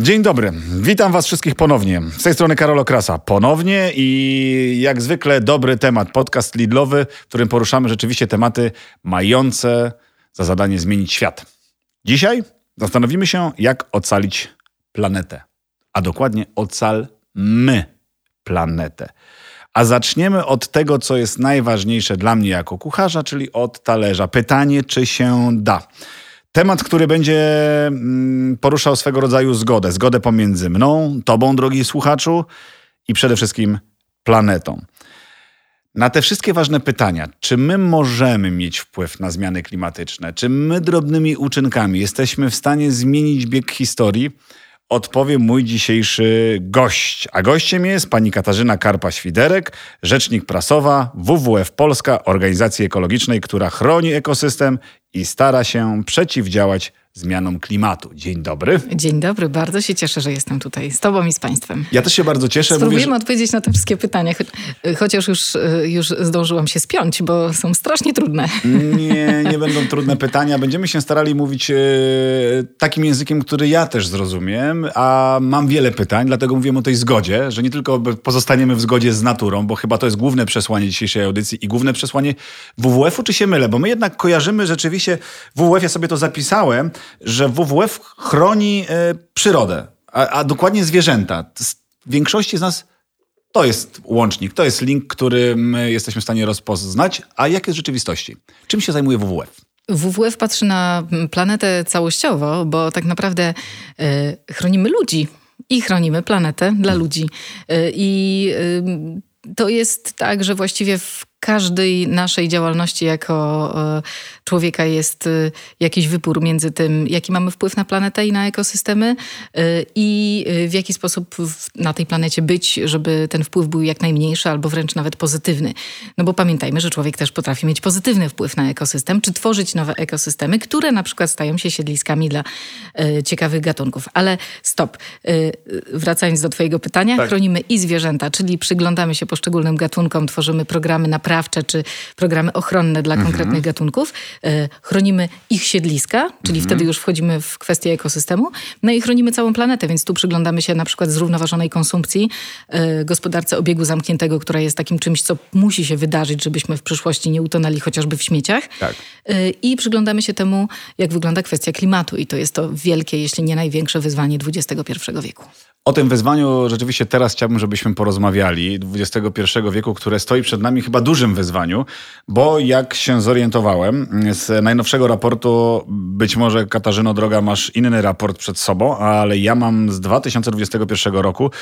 Dzień dobry, witam was wszystkich ponownie. Z tej strony Karol Okrasa. Ponownie i jak zwykle dobry temat. Podcast Lidlowy, w którym poruszamy rzeczywiście tematy mające za zadanie zmienić świat. Dzisiaj zastanowimy się, jak ocalić planetę. A dokładnie ocalmy planetę. A zaczniemy od tego, co jest najważniejsze dla mnie jako kucharza, czyli od talerza. Pytanie, czy się da. Temat, który będzie poruszał swego rodzaju zgodę. Zgodę pomiędzy mną, tobą, drogi słuchaczu, i przede wszystkim planetą. Na te wszystkie ważne pytania, czy my możemy mieć wpływ na zmiany klimatyczne, czy my drobnymi uczynkami jesteśmy w stanie zmienić bieg historii, odpowie mój dzisiejszy gość. A gościem jest pani Katarzyna Karpa-Świderek, rzecznik prasowa WWF Polska, organizacji ekologicznej, która chroni ekosystem i stara się przeciwdziałać zmianom klimatu. Dzień dobry. Dzień dobry, bardzo się cieszę, że jestem tutaj z tobą i z państwem. Ja też się bardzo cieszę. Spróbujemy odpowiedzieć na te wszystkie pytania, chociaż już zdążyłam się spiąć, bo są strasznie trudne. Nie będą trudne pytania. Będziemy się starali mówić takim językiem, który ja też zrozumiem, a mam wiele pytań, dlatego mówiłem o tej zgodzie, że nie tylko pozostaniemy w zgodzie z naturą, bo chyba to jest główne przesłanie dzisiejszej audycji i główne przesłanie WWF-u, czy się mylę? Bo my jednak kojarzymy rzeczywiście WWF, ja sobie to zapisałem, że WWF chroni przyrodę, a dokładnie zwierzęta. W większości z nas to jest łącznik, to jest link, który my jesteśmy w stanie rozpoznać. A jak jest w rzeczywistości? Czym się zajmuje WWF? WWF patrzy na planetę całościowo, bo tak naprawdę chronimy ludzi i chronimy planetę dla ludzi. To jest tak, że właściwie w każdej naszej działalności jako człowieka jest jakiś wybór między tym, jaki mamy wpływ na planetę i na ekosystemy i w jaki sposób na tej planecie być, żeby ten wpływ był jak najmniejszy albo wręcz nawet pozytywny. No bo pamiętajmy, że człowiek też potrafi mieć pozytywny wpływ na ekosystem, czy tworzyć nowe ekosystemy, które na przykład stają się siedliskami dla ciekawych gatunków. Ale stop. Wracając do twojego pytania, tak. Chronimy i zwierzęta, czyli przyglądamy się poszczególnym gatunkom, tworzymy programy naprawcze czy programy ochronne dla konkretnych gatunków. Chronimy ich siedliska, czyli wtedy już wchodzimy w kwestię ekosystemu. No i chronimy całą planetę, więc tu przyglądamy się na przykład zrównoważonej konsumpcji, gospodarce obiegu zamkniętego, która jest takim czymś, co musi się wydarzyć, żebyśmy w przyszłości nie utonęli chociażby w śmieciach. Tak. I przyglądamy się temu, jak wygląda kwestia klimatu. I to jest to wielkie, jeśli nie największe wyzwanie XXI wieku. O tym wyzwaniu rzeczywiście teraz chciałbym, żebyśmy porozmawiali. XXI wieku, które stoi przed nami chyba dużym wyzwaniu, bo jak się zorientowałem z najnowszego raportu, być może Katarzyno droga masz inny raport przed sobą, ale ja mam z 2021 roku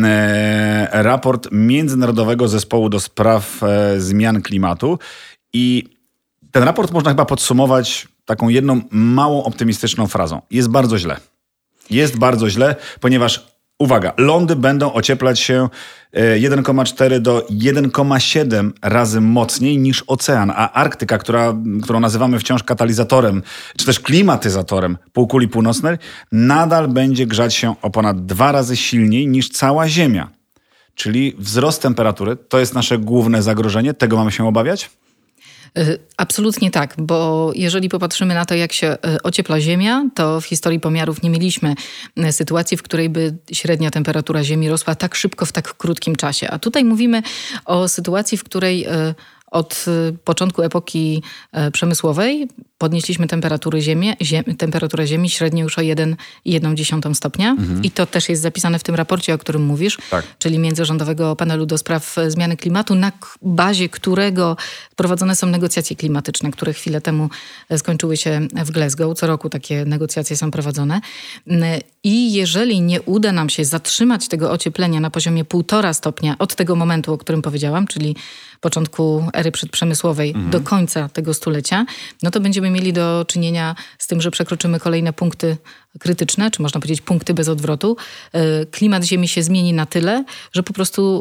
raport Międzynarodowego Zespołu do Spraw Zmian Klimatu i ten raport można chyba podsumować taką jedną małą optymistyczną frazą. Jest bardzo źle. Jest bardzo źle, ponieważ uwaga, lądy będą ocieplać się 1,4 do 1,7 razy mocniej niż ocean, a Arktyka, którą nazywamy wciąż katalizatorem, czy też klimatyzatorem półkuli północnej, nadal będzie grzać się o ponad 2 razy silniej niż cała Ziemia. Czyli wzrost temperatury to jest nasze główne zagrożenie. Tego mamy się obawiać? Absolutnie tak, bo jeżeli popatrzymy na to, jak się ociepla Ziemia, to w historii pomiarów nie mieliśmy sytuacji, w której by średnia temperatura Ziemi rosła tak szybko w tak krótkim czasie. A tutaj mówimy o sytuacji, w której od początku epoki przemysłowej podnieśliśmy temperaturę Ziemi średnio już o 1,1 stopnia. I to też jest zapisane w tym raporcie, o którym mówisz, tak. Czyli Międzyrządowego Panelu do Spraw Zmiany Klimatu, na bazie którego prowadzone są negocjacje klimatyczne, które chwilę temu skończyły się w Glasgow. Co roku takie negocjacje są prowadzone. I jeżeli nie uda nam się zatrzymać tego ocieplenia na poziomie 1,5 stopnia od tego momentu, o którym powiedziałam, czyli początku ery przedprzemysłowej do końca tego stulecia, no to będziemy mieli do czynienia z tym, że przekroczymy kolejne punkty krytyczne, czy można powiedzieć punkty bez odwrotu. Klimat Ziemi się zmieni na tyle, że po prostu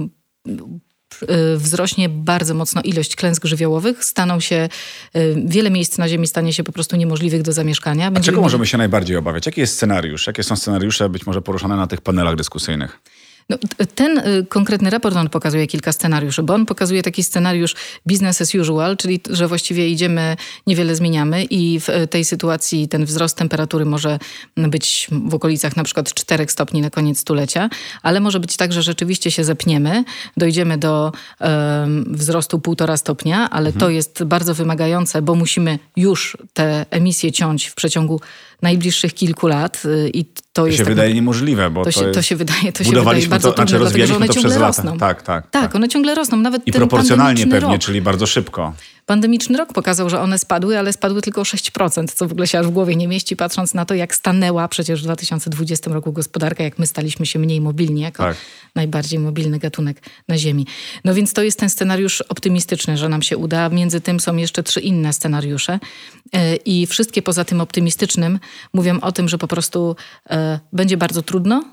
wzrośnie bardzo mocno ilość klęsk żywiołowych, wiele miejsc na Ziemi stanie się po prostu niemożliwych do zamieszkania. Czego możemy się najbardziej obawiać? Jaki jest scenariusz? Jakie są scenariusze być może poruszane na tych panelach dyskusyjnych? No, ten konkretny raport, on pokazuje kilka scenariuszy, bo on pokazuje taki scenariusz business as usual, czyli że właściwie idziemy, niewiele zmieniamy i w tej sytuacji ten wzrost temperatury może być w okolicach na przykład 4 stopni na koniec stulecia, ale może być tak, że rzeczywiście się zepniemy, dojdziemy do wzrostu 1,5 stopnia, ale to jest bardzo wymagające, bo musimy już te emisje ciąć w przeciągu najbliższych kilku lat i to jest się wydaje niemożliwe, bo to się wydaje bardzo trudne, dlatego że one ciągle rosną. Tak, one ciągle rosną. Nawet i ten proporcjonalnie pewnie, rok. czyli bardzo szybko. Pandemiczny rok pokazał, że one spadły, ale spadły tylko o 6%, co w ogóle się aż w głowie nie mieści, patrząc na to, jak stanęła przecież w 2020 roku gospodarka, jak my staliśmy się mniej mobilni, jako najbardziej mobilny gatunek na Ziemi. No więc to jest ten scenariusz optymistyczny, że nam się uda. Między tym są jeszcze 3 inne scenariusze i wszystkie poza tym optymistycznym mówią o tym, że po prostu będzie bardzo trudno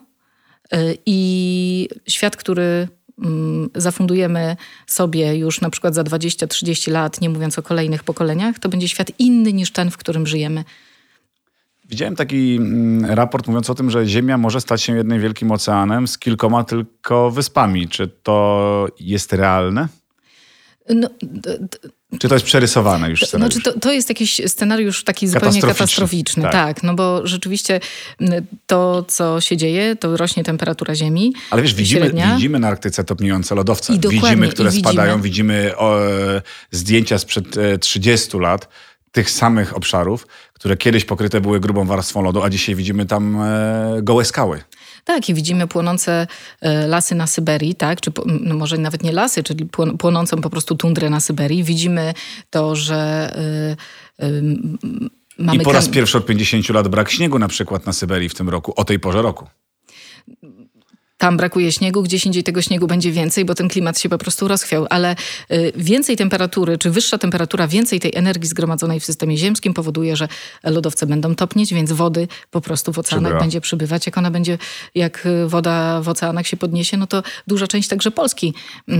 i świat, który zafundujemy sobie już na przykład za 20-30 lat, nie mówiąc o kolejnych pokoleniach, to będzie świat inny niż ten, w którym żyjemy. Widziałem taki raport mówiąc o tym, że Ziemia może stać się jednym wielkim oceanem z kilkoma tylko wyspami. Czy to jest realne? Czy to jest przerysowane już scenariusz? Znaczy to jest jakiś scenariusz taki zupełnie katastroficzny. Tak, no bo rzeczywiście to, co się dzieje, to rośnie temperatura Ziemi. Ale wiesz, widzimy na Arktyce topniejące lodowce. Widzimy, które spadają. Widzimy zdjęcia sprzed 30 lat tych samych obszarów, które kiedyś pokryte były grubą warstwą lodu, a dzisiaj widzimy tam gołe skały. Tak, i widzimy płonące lasy na Syberii, tak? Czy może nawet nie lasy, czyli płonącą po prostu tundrę na Syberii. Widzimy to, że mamy... I po raz pierwszy od 50 lat brak śniegu na przykład na Syberii w tym roku, o tej porze roku. Tam brakuje śniegu, gdzieś indziej tego śniegu będzie więcej, bo ten klimat się po prostu rozchwiał. Ale więcej temperatury, czy wyższa temperatura, więcej tej energii zgromadzonej w systemie ziemskim powoduje, że lodowce będą topnieć, więc wody po prostu w oceanach będzie przybywać. Jak woda w oceanach się podniesie, no to duża część także Polski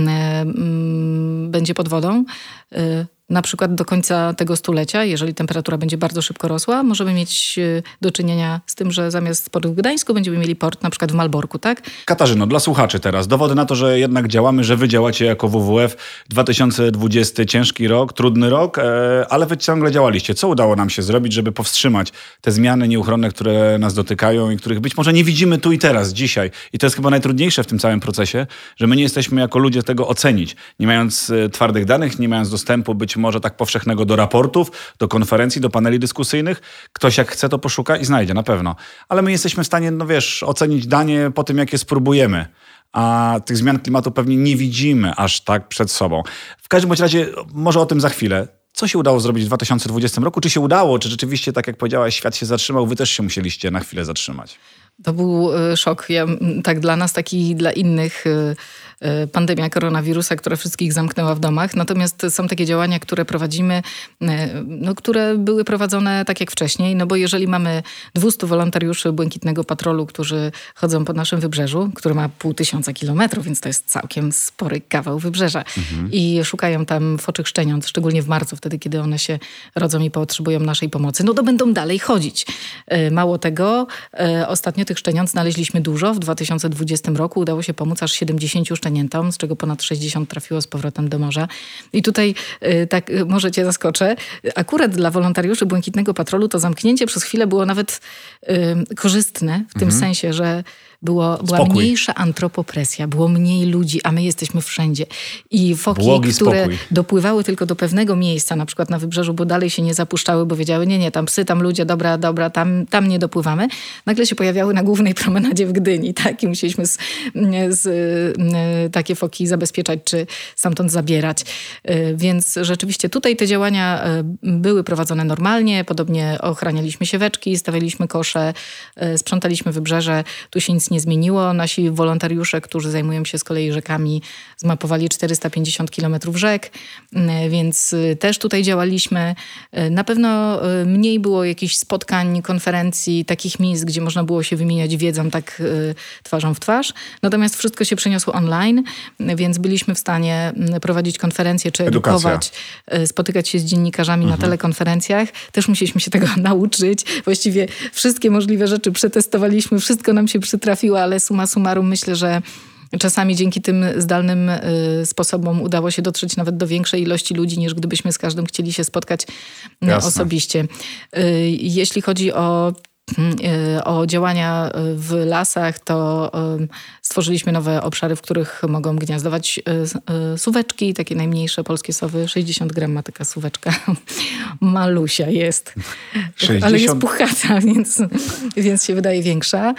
będzie pod wodą. Na przykład do końca tego stulecia, jeżeli temperatura będzie bardzo szybko rosła, możemy mieć do czynienia z tym, że zamiast portu w Gdańsku będziemy mieli port na przykład w Malborku, tak? Katarzyno, dla słuchaczy teraz, dowody na to, że jednak działamy, że wy działacie jako WWF. 2020 ciężki rok, trudny rok, ale wy ciągle działaliście. Co udało nam się zrobić, żeby powstrzymać te zmiany nieuchronne, które nas dotykają i których być może nie widzimy tu i teraz, dzisiaj. I to jest chyba najtrudniejsze w tym całym procesie, że my nie jesteśmy jako ludzie tego ocenić. Nie mając twardych danych, nie mając dostępu być może tak powszechnego do raportów, do konferencji, do paneli dyskusyjnych. Ktoś jak chce, to poszuka i znajdzie na pewno. Ale my jesteśmy w stanie, ocenić danie po tym, jak je spróbujemy. A tych zmian klimatu pewnie nie widzimy aż tak przed sobą. W każdym bądź razie, może o tym za chwilę. Co się udało zrobić w 2020 roku? Czy się udało? Czy rzeczywiście, tak jak powiedziałaś, świat się zatrzymał? Wy też się musieliście na chwilę zatrzymać. To był szok. Tak dla nas, tak i dla innych pandemia koronawirusa, która wszystkich zamknęła w domach. Natomiast są takie działania, które prowadzimy, które były prowadzone tak jak wcześniej. No bo jeżeli mamy 200 wolontariuszy Błękitnego Patrolu, którzy chodzą po naszym wybrzeżu, który ma 500 kilometrów, więc to jest całkiem spory kawał wybrzeża. I szukają tam foczych szczeniąt, szczególnie w marcu, wtedy kiedy one się rodzą i potrzebują naszej pomocy, no to będą dalej chodzić. Mało tego, ostatnio tych szczeniąt znaleźliśmy dużo. W 2020 roku udało się pomóc aż 70 szczeniętom, z czego ponad 60 trafiło z powrotem do morza. I tutaj, tak może cię zaskoczę, akurat dla wolontariuszy Błękitnego Patrolu to zamknięcie przez chwilę było nawet korzystne, w tym sensie, że była mniejsza antropopresja, było mniej ludzi, a my jesteśmy wszędzie. I foki, które dopływały tylko do pewnego miejsca, na przykład na wybrzeżu, bo dalej się nie zapuszczały, bo wiedziały, nie, tam psy, tam ludzie, dobra, tam nie dopływamy. Nagle się pojawiały na głównej promenadzie w Gdyni, tak? I musieliśmy takie foki zabezpieczać, czy stamtąd zabierać. Więc rzeczywiście tutaj te działania były prowadzone normalnie, podobnie ochranialiśmy sieweczki, stawialiśmy kosze, sprzątaliśmy wybrzeże, tu się nic nie zmieniło. Nasi wolontariusze, którzy zajmują się z kolei rzekami, zmapowali 450 kilometrów rzek, więc też tutaj działaliśmy. Na pewno mniej było jakichś spotkań, konferencji, takich miejsc, gdzie można było się wymieniać wiedzą tak twarzą w twarz. Natomiast wszystko się przeniosło online, więc byliśmy w stanie prowadzić konferencje czy edukować, spotykać się z dziennikarzami na telekonferencjach. Też musieliśmy się tego nauczyć. Właściwie wszystkie możliwe rzeczy przetestowaliśmy, wszystko nam się przytrafiło. trafiło, ale summa summarum myślę, że czasami dzięki tym zdalnym sposobom udało się dotrzeć nawet do większej ilości ludzi, niż gdybyśmy z każdym chcieli się spotkać osobiście. Jeśli chodzi o działania w lasach, to stworzyliśmy nowe obszary, w których mogą gniazdować suweczki, takie najmniejsze polskie sowy. 60 gram ma taka suweczka. Malusia jest. 60... Ale jest puchata, więc się wydaje większa.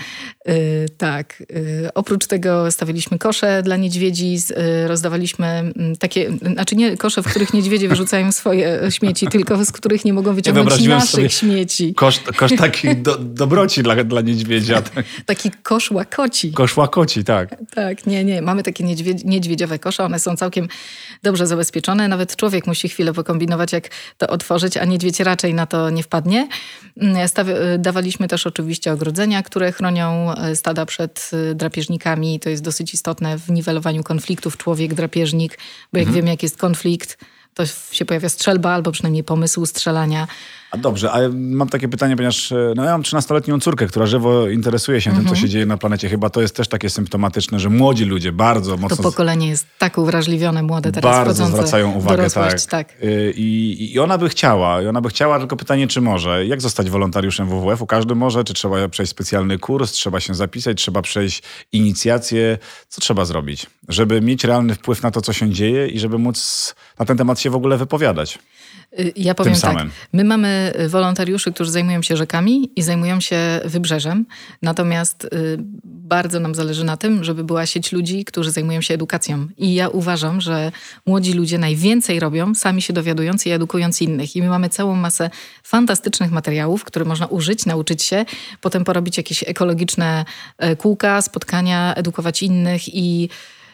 Tak. Oprócz tego stawiliśmy kosze dla niedźwiedzi, rozdawaliśmy takie, znaczy nie kosze, w których niedźwiedzie wyrzucają swoje śmieci, tylko z których nie mogą wyciągnąć naszych śmieci. Kosz taki dobroci dla niedźwiedzia. Taki kosz łakoci. Kosz łakoci, tak. Tak, nie. Mamy takie niedźwiedziowe kosze, one są całkiem dobrze zabezpieczone. Nawet człowiek musi chwilę pokombinować, jak to otworzyć, a niedźwiedź raczej na to nie wpadnie. Dawaliśmy też oczywiście ogrodzenia, które chronią stada przed drapieżnikami. To jest dosyć istotne w niwelowaniu konfliktów człowiek-drapieżnik, bo jak wiemy, jak jest konflikt, to się pojawia strzelba albo przynajmniej pomysł strzelania. A dobrze, a mam takie pytanie, ponieważ ja mam 13-letnią córkę, która żywo interesuje się tym, co się dzieje na planecie. Chyba to jest też takie symptomatyczne, że młodzi ludzie bardzo mocno... To pokolenie jest tak uwrażliwione, młode teraz bardzo zwracają uwagę, tak. I ona by chciała, tylko pytanie, czy może. Jak zostać wolontariuszem WWF-u? Każdy może, czy trzeba przejść specjalny kurs, trzeba się zapisać, trzeba przejść inicjację. Co trzeba zrobić, żeby mieć realny wpływ na to, co się dzieje i żeby móc na ten temat się w ogóle wypowiadać? Ja powiem tak, my mamy wolontariuszy, którzy zajmują się rzekami i zajmują się wybrzeżem. Natomiast bardzo nam zależy na tym, żeby była sieć ludzi, którzy zajmują się edukacją. I ja uważam, że młodzi ludzie najwięcej robią, sami się dowiadując i edukując innych. I my mamy całą masę fantastycznych materiałów, które można użyć, nauczyć się, potem porobić jakieś ekologiczne kółka, spotkania, edukować innych i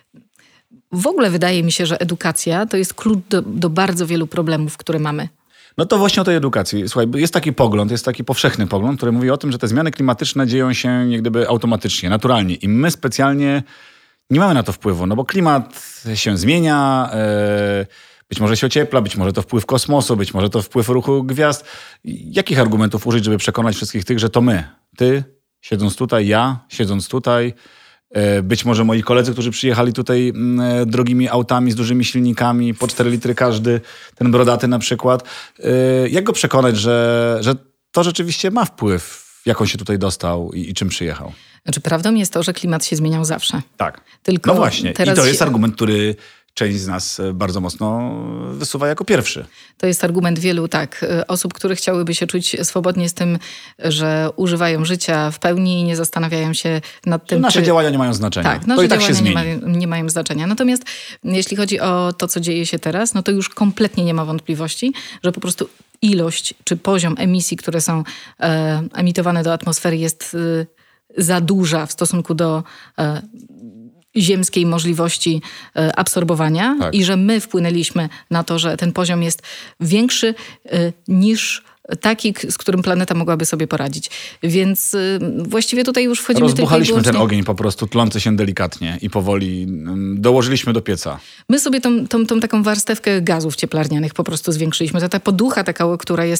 w ogóle wydaje mi się, że edukacja to jest klucz do bardzo wielu problemów, które mamy. No to właśnie o tej edukacji. Słuchaj, jest taki powszechny pogląd, który mówi o tym, że te zmiany klimatyczne dzieją się jak gdyby automatycznie, naturalnie. I my specjalnie nie mamy na to wpływu, no bo klimat się zmienia, być może się ociepla, być może to wpływ kosmosu, być może to wpływ ruchu gwiazd. Jakich argumentów użyć, żeby przekonać wszystkich tych, że to my, ty siedząc tutaj, ja siedząc tutaj, być może moi koledzy, którzy przyjechali tutaj drogimi autami z dużymi silnikami, po 4 litry każdy, ten brodaty na przykład. Jak go przekonać, że to rzeczywiście ma wpływ, jak on się tutaj dostał i czym przyjechał? Znaczy, prawdą jest to, że klimat się zmieniał zawsze. Tak. Tylko no właśnie. I to jest argument, który część z nas bardzo mocno wysuwa jako pierwszy. To jest argument wielu, osób, które chciałyby się czuć swobodnie z tym, że używają życia w pełni i nie zastanawiają się nad tym, nasze działania nie mają znaczenia. Tak, nasze działania nie mają znaczenia. Natomiast jeśli chodzi o to, co dzieje się teraz, no to już kompletnie nie ma wątpliwości, że po prostu ilość czy poziom emisji, które są emitowane do atmosfery jest za duża w stosunku do ziemskiej możliwości absorbowania i że my wpłynęliśmy na to, że ten poziom jest większy niż taki, z którym planeta mogłaby sobie poradzić. Więc właściwie tutaj już wchodzimy rozbuchaliśmy ten ogień po prostu, tlący się delikatnie i powoli dołożyliśmy do pieca. My sobie tą taką warstewkę gazów cieplarnianych po prostu zwiększyliśmy. To ta poducha taka,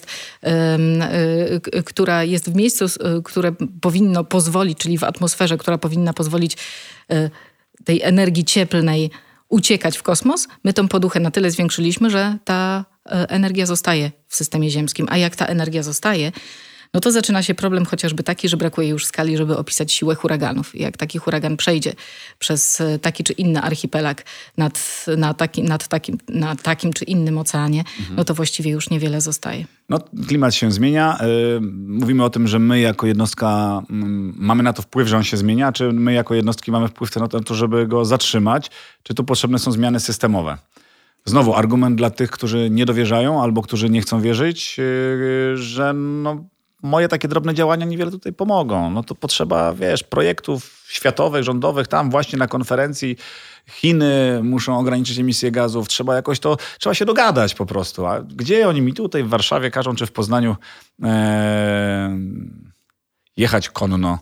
która jest w miejscu, które powinno pozwolić, czyli w atmosferze, która powinna pozwolić tej energii cieplnej uciekać w kosmos, my tą poduchę na tyle zwiększyliśmy, że ta energia zostaje w systemie ziemskim. A jak ta energia zostaje, no to zaczyna się problem chociażby taki, że brakuje już skali, żeby opisać siłę huraganów. Jak taki huragan przejdzie przez taki czy inny archipelag na takim czy innym oceanie, no to właściwie już niewiele zostaje. No, klimat się zmienia. Mówimy o tym, że my jako jednostka mamy na to wpływ, że on się zmienia, czy my jako jednostki mamy wpływ na to, żeby go zatrzymać, czy tu potrzebne są zmiany systemowe? Znowu argument dla tych, którzy nie dowierzają albo którzy nie chcą wierzyć, że moje takie drobne działania niewiele tutaj pomogą. No to potrzeba, projektów światowych, rządowych, tam właśnie na konferencji Chiny muszą ograniczyć emisję gazów. Trzeba się dogadać po prostu. A gdzie oni mi tutaj w Warszawie każą, czy w Poznaniu jechać konno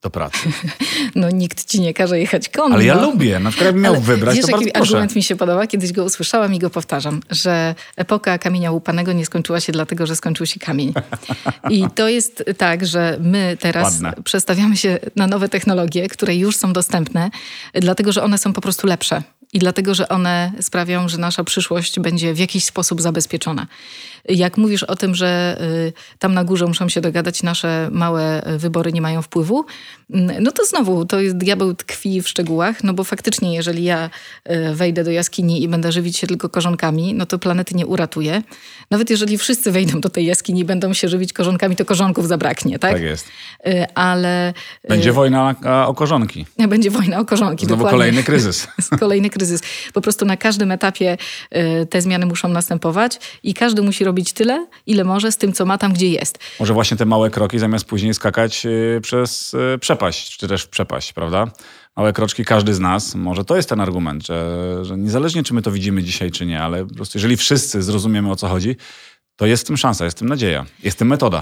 do pracy. No nikt ci nie każe jechać konno. Ale ja lubię. Na przykład jakbym miał wybrać, wiesz, to bardzo jaki proszę. argument mi się podoba? Kiedyś go usłyszałam i go powtarzam, że epoka kamienia łupanego nie skończyła się dlatego, że skończył się kamień. I to jest tak, że my teraz przestawiamy się na nowe technologie, które już są dostępne, dlatego, że one są po prostu lepsze. I dlatego, że one sprawią, że nasza przyszłość będzie w jakiś sposób zabezpieczona. Jak mówisz o tym, że tam na górze muszą się dogadać, nasze małe wybory nie mają wpływu, no to znowu, to jest diabeł tkwi w szczegółach, no bo faktycznie, jeżeli ja wejdę do jaskini i będę żywić się tylko korzonkami, no to planety nie uratuję. Nawet jeżeli wszyscy wejdą do tej jaskini i będą się żywić korzonkami, to korzonków zabraknie, tak? Tak jest. Ale... Będzie wojna o korzonki. Będzie wojna o korzonki, znowu dokładnie. kolejny kryzys. Kolejny kryzys. Po prostu na każdym etapie te zmiany muszą następować i każdy musi robić tyle, ile może z tym, co ma tam, gdzie jest. Może właśnie te małe kroki, zamiast później skakać przez przepaść, czy też w przepaść, prawda? Małe kroczki każdy z nas, może to jest ten argument, że niezależnie czy my to widzimy dzisiaj, czy nie, ale po prostu jeżeli wszyscy zrozumiemy, o co chodzi, to jest w tym szansa, jest w tym nadzieja, jest w tym metoda.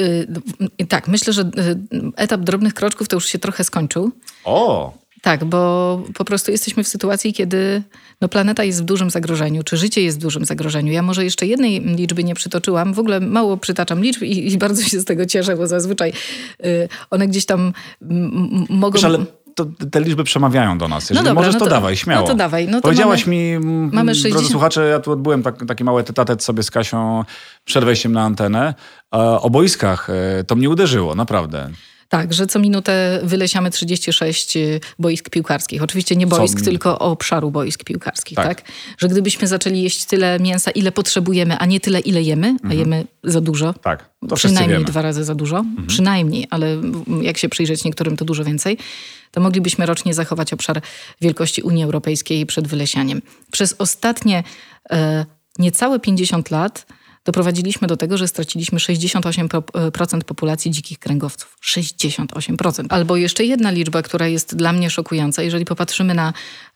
Tak, myślę, że etap drobnych kroczków to już się trochę skończył. O! Tak, bo po prostu jesteśmy w sytuacji, kiedy planeta jest w dużym zagrożeniu, czy życie jest w dużym zagrożeniu. Ja może jeszcze jednej liczby nie przytoczyłam. W ogóle mało przytaczam liczb i bardzo się z tego cieszę, bo zazwyczaj one gdzieś tam mogą... Wiesz, ale te liczby przemawiają do nas. Jeżeli możesz, to dawaj, śmiało. No to dawaj. No to powiedziałaś mamy drodzy 60... słuchacze, ja tu odbyłem taki mały tete sobie z Kasią przed wejściem na antenę. O boiskach to mnie uderzyło, naprawdę. Tak, że co minutę wylesiamy 36 boisk piłkarskich. Oczywiście nie boisk, tylko obszaru boisk piłkarskich, tak? Że gdybyśmy zaczęli jeść tyle mięsa, ile potrzebujemy, a nie tyle, ile jemy, a jemy za dużo. Tak, to przynajmniej wiemy. 2 razy za dużo. Przynajmniej, ale jak się przyjrzeć niektórym, to dużo więcej. To moglibyśmy rocznie zachować obszar wielkości Unii Europejskiej przed wylesianiem. Przez ostatnie niecałe 50 lat doprowadziliśmy do tego, że straciliśmy 68% populacji dzikich kręgowców. 68%. Albo jeszcze jedna liczba, która jest dla mnie szokująca. Jeżeli popatrzymy na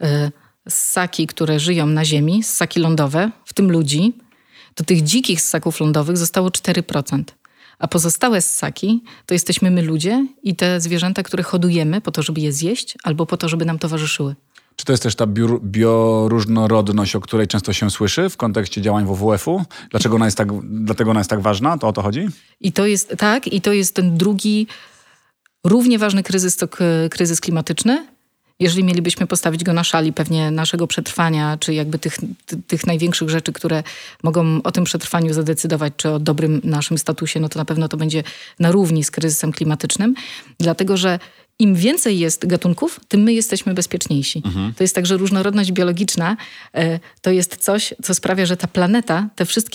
ssaki, które żyją na ziemi, ssaki lądowe, w tym ludzi, to tych dzikich ssaków lądowych zostało 4%. A pozostałe ssaki to jesteśmy my ludzie i te zwierzęta, które hodujemy po to, żeby je zjeść albo po to, żeby nam towarzyszyły. Czy to jest też ta bioróżnorodność, o której często się słyszy w kontekście działań WWF-u? Dlatego ona jest tak ważna? To o to chodzi? I to jest ten drugi, równie ważny kryzys, to kryzys klimatyczny. Jeżeli mielibyśmy postawić go na szali pewnie naszego przetrwania, czy jakby tych największych rzeczy, które mogą o tym przetrwaniu zadecydować, czy o dobrym naszym statusie, no to na pewno to będzie na równi z kryzysem klimatycznym. Dlatego, że im więcej jest gatunków, tym my jesteśmy bezpieczniejsi. To jest tak, że różnorodność biologiczna to jest coś, co sprawia, że ta planeta,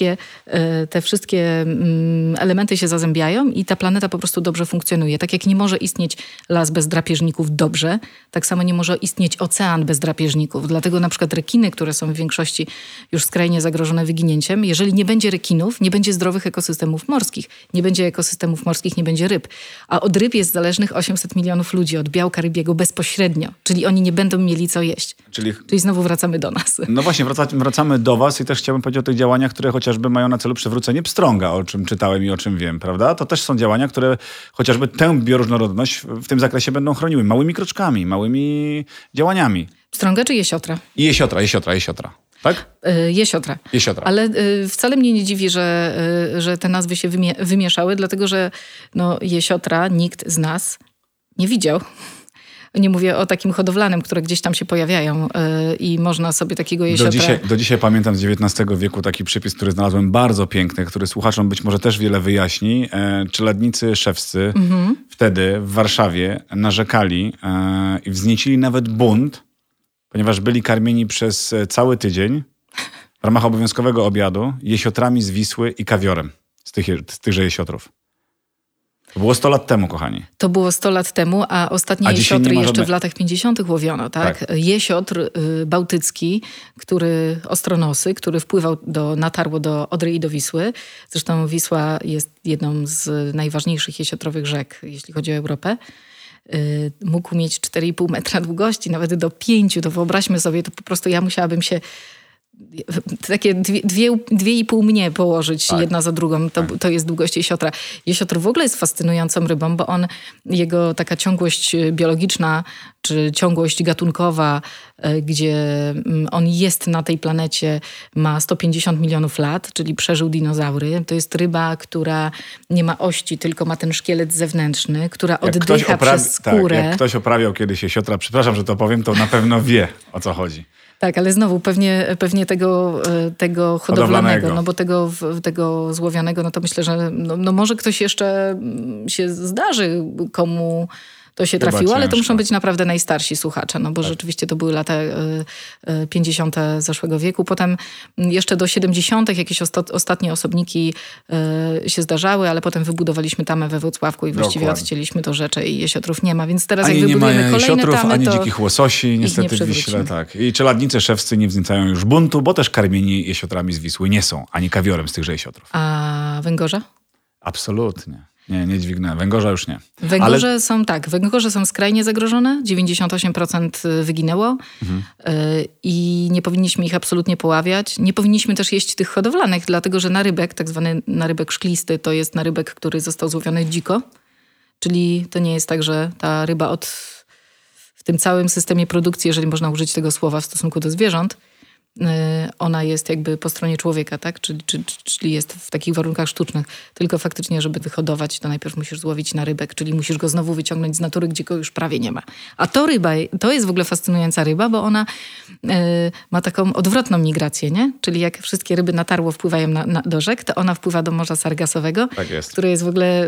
te wszystkie elementy się zazębiają i ta planeta po prostu dobrze funkcjonuje. Tak jak nie może istnieć las bez drapieżników dobrze, tak samo nie może istnieć ocean bez drapieżników. Dlatego na przykład rekiny, które są w większości już skrajnie zagrożone wyginięciem, jeżeli nie będzie rekinów, nie będzie zdrowych ekosystemów morskich. Nie będzie ekosystemów morskich, nie będzie ryb. A od ryb jest zależnych 800 milionów ludzi, od białka rybiego bezpośrednio. Czyli oni nie będą mieli co jeść. Czyli znowu wracamy do nas. No właśnie, wracamy do was i też chciałbym powiedzieć o tych działaniach, które chociażby mają na celu przywrócenie pstrąga, o czym czytałem i o czym wiem, prawda? To też są działania, które chociażby tę bioróżnorodność w tym zakresie będą chroniły. Małymi kroczkami, małymi działaniami. Pstrąga czy jesiotra? I jesiotra. Tak? Jesiotra. Ale wcale mnie nie dziwi, że te nazwy się wymieszały, dlatego że jesiotra nikt z nas nie widział. Nie mówię o takim hodowlanym, które gdzieś tam się pojawiają i można sobie takiego jesiotra... Do dzisiaj pamiętam z XIX wieku taki przypis, który znalazłem bardzo piękny, który słuchaczom być może też wiele wyjaśni. Czeladnicy szewscy wtedy w Warszawie narzekali i wzniecili nawet bunt, ponieważ byli karmieni przez cały tydzień w ramach obowiązkowego obiadu jesiotrami z Wisły i kawiorem z tychże jesiotrów. To było 100 lat temu, kochani. To było 100 lat temu, a ostatnie jesiotry jeszcze w latach 50. łowiono, tak? Jesiotr bałtycki, ostronosy, który natarło do Odry i do Wisły. Zresztą Wisła jest jedną z najważniejszych jesiotrowych rzek, jeśli chodzi o Europę. Mógł mieć 4,5 metra długości, nawet do 5. To wyobraźmy sobie, to po prostu ja musiałabym się takie 2,5 mnie położyć jedna za drugą, to jest długość jesiotra. Jesiotr w ogóle jest fascynującą rybą, bo jego taka ciągłość biologiczna, czy ciągłość gatunkowa, gdzie on jest na tej planecie, ma 150 milionów lat, czyli przeżył dinozaury. To jest ryba, która nie ma ości, tylko ma ten szkielet zewnętrzny, która oddycha przez skórę. Tak, jak ktoś oprawiał kiedyś jesiotra, przepraszam, że to powiem, to na pewno wie, o co chodzi. Tak, ale znowu pewnie tego hodowlanego, no bo tego złowianego, no to myślę, że no może ktoś jeszcze się zdarzy, komu to się trafiło, ale to muszą być naprawdę najstarsi słuchacze, no bo rzeczywiście to były lata 50. zeszłego wieku. Potem jeszcze do 70. jakieś ostatnie osobniki się zdarzały, ale potem wybudowaliśmy tamę we Włocławku i właściwie odcięliśmy to rzecze i jesiotrów nie ma. Więc teraz jak wybudujemy kolejne tamy, ani to dzikich łososi, niestety w Wiśle. Tak. I czeladnicy szewscy nie wzniecają już buntu, bo też karmieni jesiotrami z Wisły nie są, ani kawiorem z tychże jesiotrów. A węgorza? Absolutnie. Nie dźwignę. Węgorza już nie. Węgorze są skrajnie zagrożone. 98% wyginęło i nie powinniśmy ich absolutnie poławiać. Nie powinniśmy też jeść tych hodowlanych, dlatego że narybek, tak zwany narybek szklisty, to jest narybek, który został złowiony dziko. Czyli to nie jest tak, że ta ryba w tym całym systemie produkcji, jeżeli można użyć tego słowa w stosunku do zwierząt, ona jest jakby po stronie człowieka, tak? Czyli jest w takich warunkach sztucznych. Tylko faktycznie, żeby wyhodować, to najpierw musisz złowić na rybek, czyli musisz go znowu wyciągnąć z natury, gdzie go już prawie nie ma. A to jest w ogóle fascynująca ryba, bo ona ma taką odwrotną migrację, nie? Czyli jak wszystkie ryby na tarło wpływają do rzek, to ona wpływa do Morza Sargasowego, które jest w ogóle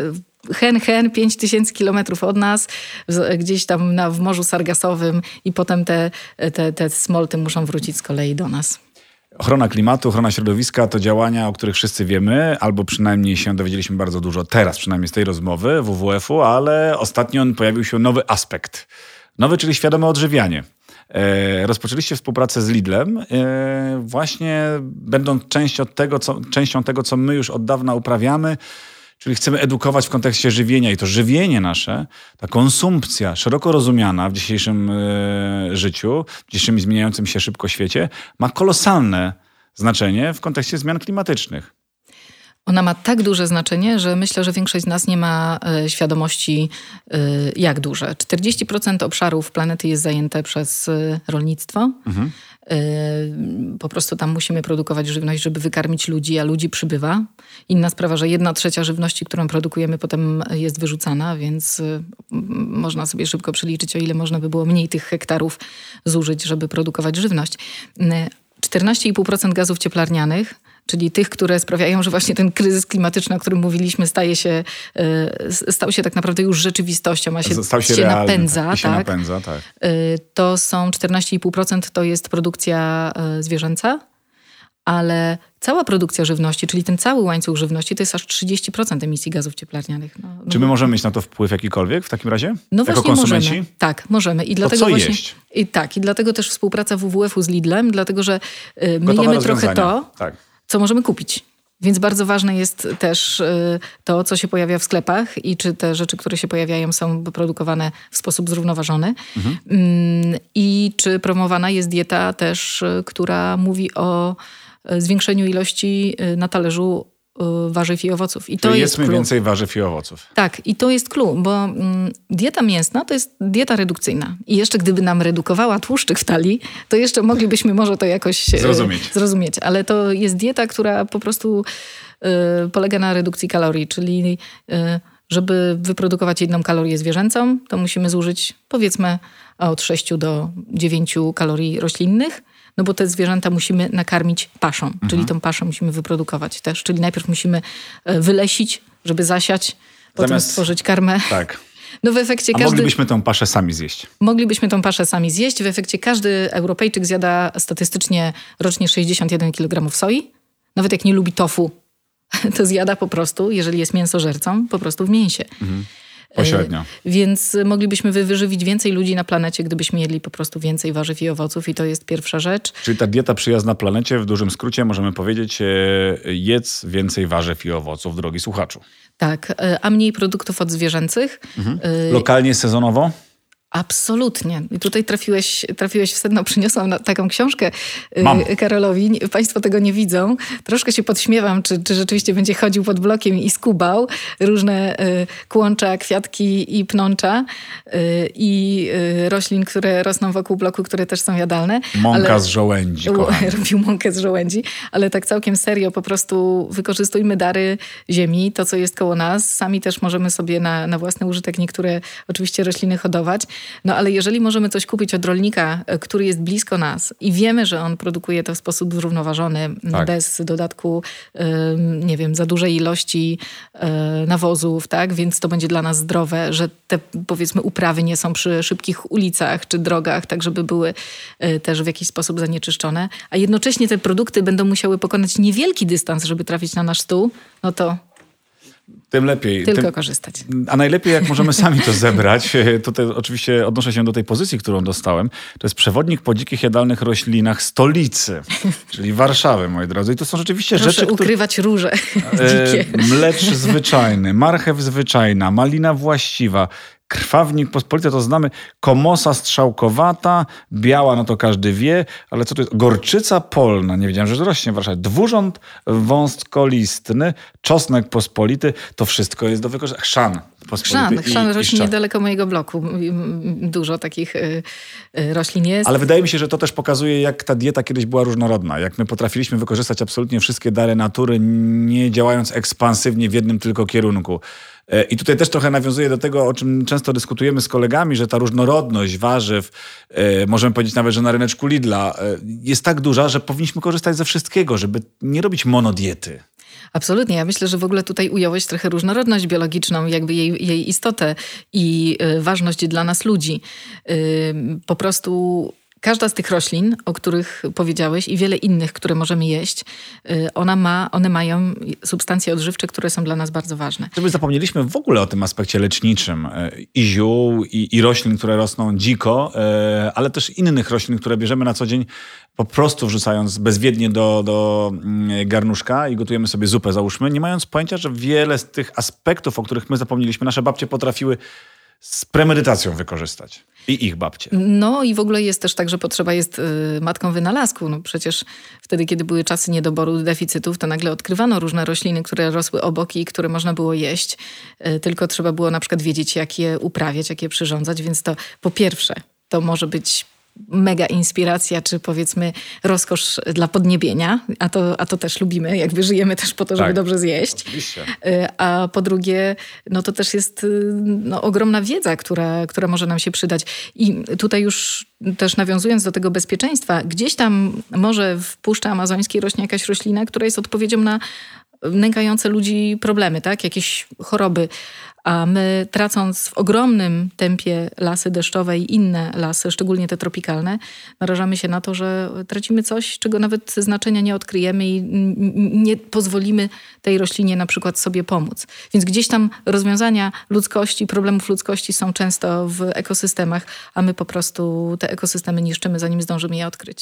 5000 kilometrów od nas, gdzieś tam w Morzu Sargasowym i potem te smolty muszą wrócić z kolei do nas. Ochrona klimatu, ochrona środowiska to działania, o których wszyscy wiemy, albo przynajmniej się dowiedzieliśmy bardzo dużo teraz, przynajmniej z tej rozmowy WWF-u, ale ostatnio pojawił się nowy aspekt. Nowy, czyli świadome odżywianie. Rozpoczęliście współpracę z Lidlem, właśnie będąc częścią tego, co my już od dawna uprawiamy, czyli chcemy edukować w kontekście żywienia i to żywienie nasze, ta konsumpcja szeroko rozumiana w dzisiejszym życiu, w dzisiejszym zmieniającym się szybko świecie, ma kolosalne znaczenie w kontekście zmian klimatycznych. Ona ma tak duże znaczenie, że myślę, że większość z nas nie ma świadomości, jak duże. 40% obszarów planety jest zajęte przez rolnictwo. Po prostu tam musimy produkować żywność, żeby wykarmić ludzi, a ludzi przybywa. Inna sprawa, że 1/3 żywności, którą produkujemy, potem jest wyrzucana, więc można sobie szybko przeliczyć, o ile można by było mniej tych hektarów zużyć, żeby produkować żywność. 14,5% gazów cieplarnianych, czyli tych, które sprawiają, że właśnie ten kryzys klimatyczny, o którym mówiliśmy, stał się tak naprawdę już rzeczywistością, a się napędza. Napędza. To są 14,5% to jest produkcja zwierzęca, ale cała produkcja żywności, czyli ten cały łańcuch żywności, to jest aż 30% emisji gazów cieplarnianych. Czy my możemy mieć na to wpływ jakikolwiek w takim razie? No jako właśnie konsumenci? możemy. Tak, możemy. I dlatego to co właśnie, jeść? I dlatego też współpraca WWF-u z Lidlem, dlatego że my jemy trochę to, co możemy kupić. Więc bardzo ważne jest też to, co się pojawia w sklepach i czy te rzeczy, które się pojawiają, są produkowane w sposób zrównoważony. I czy promowana jest dieta też, która mówi o zwiększeniu ilości na talerzu warzyw i owoców. I to jest jedzmy więcej warzyw i owoców. Tak, i to jest clue, bo dieta mięsna to jest dieta redukcyjna. I jeszcze gdyby nam redukowała tłuszczyk w talii, to jeszcze moglibyśmy może to jakoś zrozumieć. Ale to jest dieta, która po prostu polega na redukcji kalorii, czyli żeby wyprodukować 1 kalorię zwierzęcą, to musimy zużyć powiedzmy od 6 do 9 kalorii roślinnych. No bo te zwierzęta musimy nakarmić paszą, czyli tą paszę musimy wyprodukować też. Czyli najpierw musimy wylesić, żeby zasiać, potem stworzyć karmę. Tak. No w efekcie moglibyśmy tą paszę sami zjeść. Moglibyśmy tą paszę sami zjeść. W efekcie każdy Europejczyk zjada statystycznie rocznie 61 kg soi. Nawet jak nie lubi tofu, to zjada po prostu, jeżeli jest mięsożercą, po prostu w mięsie. Pośrednio. Więc moglibyśmy wyżywić więcej ludzi na planecie, gdybyśmy jedli po prostu więcej warzyw i owoców i to jest pierwsza rzecz. Czyli ta dieta przyjazna planecie, w dużym skrócie możemy powiedzieć, jedz więcej warzyw i owoców, drogi słuchaczu. Tak, a mniej produktów odzwierzęcych. Lokalnie, sezonowo? Absolutnie. I tutaj trafiłeś w sedno. Przyniosłam taką książkę Karolowi. Państwo tego nie widzą. Troszkę się podśmiewam, czy rzeczywiście będzie chodził pod blokiem i skubał różne kłącza, kwiatki i pnącza i roślin, które rosną wokół bloku, które też są jadalne. Mąka z żołędzi, kochani. Robił mąkę z żołędzi, ale tak całkiem serio po prostu wykorzystujmy dary ziemi, to co jest koło nas. Sami też możemy sobie na własny użytek niektóre oczywiście rośliny hodować. No ale jeżeli możemy coś kupić od rolnika, który jest blisko nas i wiemy, że on produkuje to w sposób zrównoważony, bez dodatku, nie wiem, za dużej ilości nawozów, tak? Więc to będzie dla nas zdrowe, że te, powiedzmy, uprawy nie są przy szybkich ulicach czy drogach, tak żeby były też w jakiś sposób zanieczyszczone, a jednocześnie te produkty będą musiały pokonać niewielki dystans, żeby trafić na nasz stół, no to tym lepiej. Tylko korzystać. A najlepiej, jak możemy sami to zebrać. Tutaj oczywiście odnoszę się do tej pozycji, którą dostałem. To jest przewodnik po dzikich jadalnych roślinach stolicy, czyli Warszawy, moi drodzy. I to są rzeczywiście Proszę rzeczy, ukrywać róże dzikie. Mlecz zwyczajny, marchew zwyczajna, malina właściwa, krwawnik pospolity, to znamy, komosa strzałkowata, biała, no to każdy wie, ale co to jest? Gorczyca polna, nie wiedziałem, że rośnie w Warszawie. Dwurząd wąskolistny, czosnek pospolity, to wszystko jest do wykorzystania. Chrzan pospolity. Chrzan rośnie niedaleko mojego bloku. Dużo takich roślin jest. Ale wydaje mi się, że to też pokazuje, jak ta dieta kiedyś była różnorodna. Jak my potrafiliśmy wykorzystać absolutnie wszystkie dary natury, nie działając ekspansywnie w jednym tylko kierunku. I tutaj też trochę nawiązuję do tego, o czym często dyskutujemy z kolegami, że ta różnorodność warzyw, możemy powiedzieć nawet, że na ryneczku Lidla jest tak duża, że powinniśmy korzystać ze wszystkiego, żeby nie robić monodiety. Absolutnie. Ja myślę, że w ogóle tutaj ująłeś trochę różnorodność biologiczną, jakby jej istotę i ważność dla nas ludzi. Po prostu każda z tych roślin, o których powiedziałeś i wiele innych, które możemy jeść, one mają substancje odżywcze, które są dla nas bardzo ważne. Żeby zapomnieliśmy w ogóle o tym aspekcie leczniczym i ziół, i roślin, które rosną dziko, ale też innych roślin, które bierzemy na co dzień, po prostu wrzucając bezwiednie do garnuszka i gotujemy sobie zupę, załóżmy, nie mając pojęcia, że wiele z tych aspektów, o których my zapomnieliśmy, nasze babcie potrafiły z premedytacją wykorzystać. I ich babcie. No i w ogóle jest też tak, że potrzeba jest matką wynalazku. No przecież wtedy, kiedy były czasy niedoboru, deficytów, to nagle odkrywano różne rośliny, które rosły obok i które można było jeść. Tylko trzeba było na przykład wiedzieć, jak je uprawiać, jak je przyrządzać. Więc to po pierwsze, to może być mega inspiracja, czy powiedzmy rozkosz dla podniebienia, a to też lubimy, jakby żyjemy też po to, żeby dobrze zjeść. Oczywiście. A po drugie, no to też jest ogromna wiedza, która może nam się przydać. I tutaj już też nawiązując do tego bezpieczeństwa, gdzieś tam może w Puszczy Amazońskiej rośnie jakaś roślina, która jest odpowiedzią na nękające ludzi problemy, tak? Jakieś choroby. A my, tracąc w ogromnym tempie lasy deszczowe i inne lasy, szczególnie te tropikalne, narażamy się na to, że tracimy coś, czego nawet znaczenia nie odkryjemy i nie pozwolimy tej roślinie na przykład sobie pomóc. Więc gdzieś tam rozwiązania ludzkości, problemów ludzkości są często w ekosystemach, a my po prostu te ekosystemy niszczymy, zanim zdążymy je odkryć.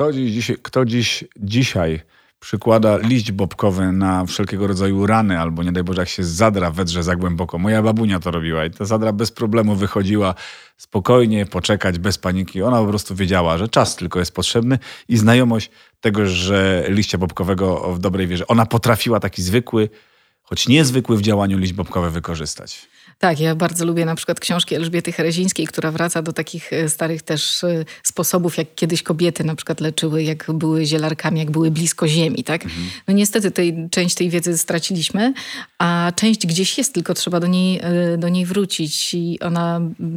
Kto dzisiaj przykłada liść bobkowy na wszelkiego rodzaju rany, albo nie daj Boże, jak się zadra wedrze za głęboko. Moja babunia to robiła i ta zadra bez problemu wychodziła spokojnie, poczekać, bez paniki. Ona po prostu wiedziała, że czas tylko jest potrzebny i znajomość tego, że liścia bobkowego w dobrej wierze. Ona potrafiła taki zwykły, choć niezwykły w działaniu liść bobkowy wykorzystać. Tak, ja bardzo lubię na przykład książki Elżbiety Herezińskiej, która wraca do takich starych też sposobów, jak kiedyś kobiety na przykład leczyły, jak były zielarkami, jak były blisko ziemi, tak? No niestety część tej wiedzy straciliśmy, a część gdzieś jest, tylko trzeba do niej wrócić i ona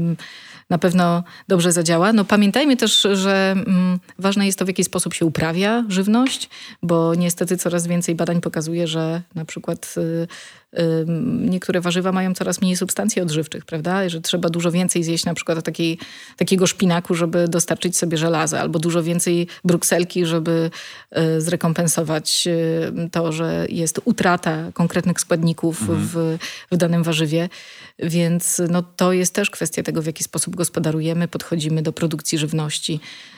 na pewno dobrze zadziała. No pamiętajmy też, że ważne jest to, w jaki sposób się uprawia żywność, bo niestety coraz więcej badań pokazuje, że na przykład niektóre warzywa mają coraz mniej substancji odżywczych, prawda? Że trzeba dużo więcej zjeść na przykład takiego szpinaku, żeby dostarczyć sobie żelaza, albo dużo więcej brukselki, żeby zrekompensować to, że jest utrata konkretnych składników w danym warzywie. Więc no, to jest też kwestia tego, w jaki sposób gospodarujemy, podchodzimy do produkcji żywności.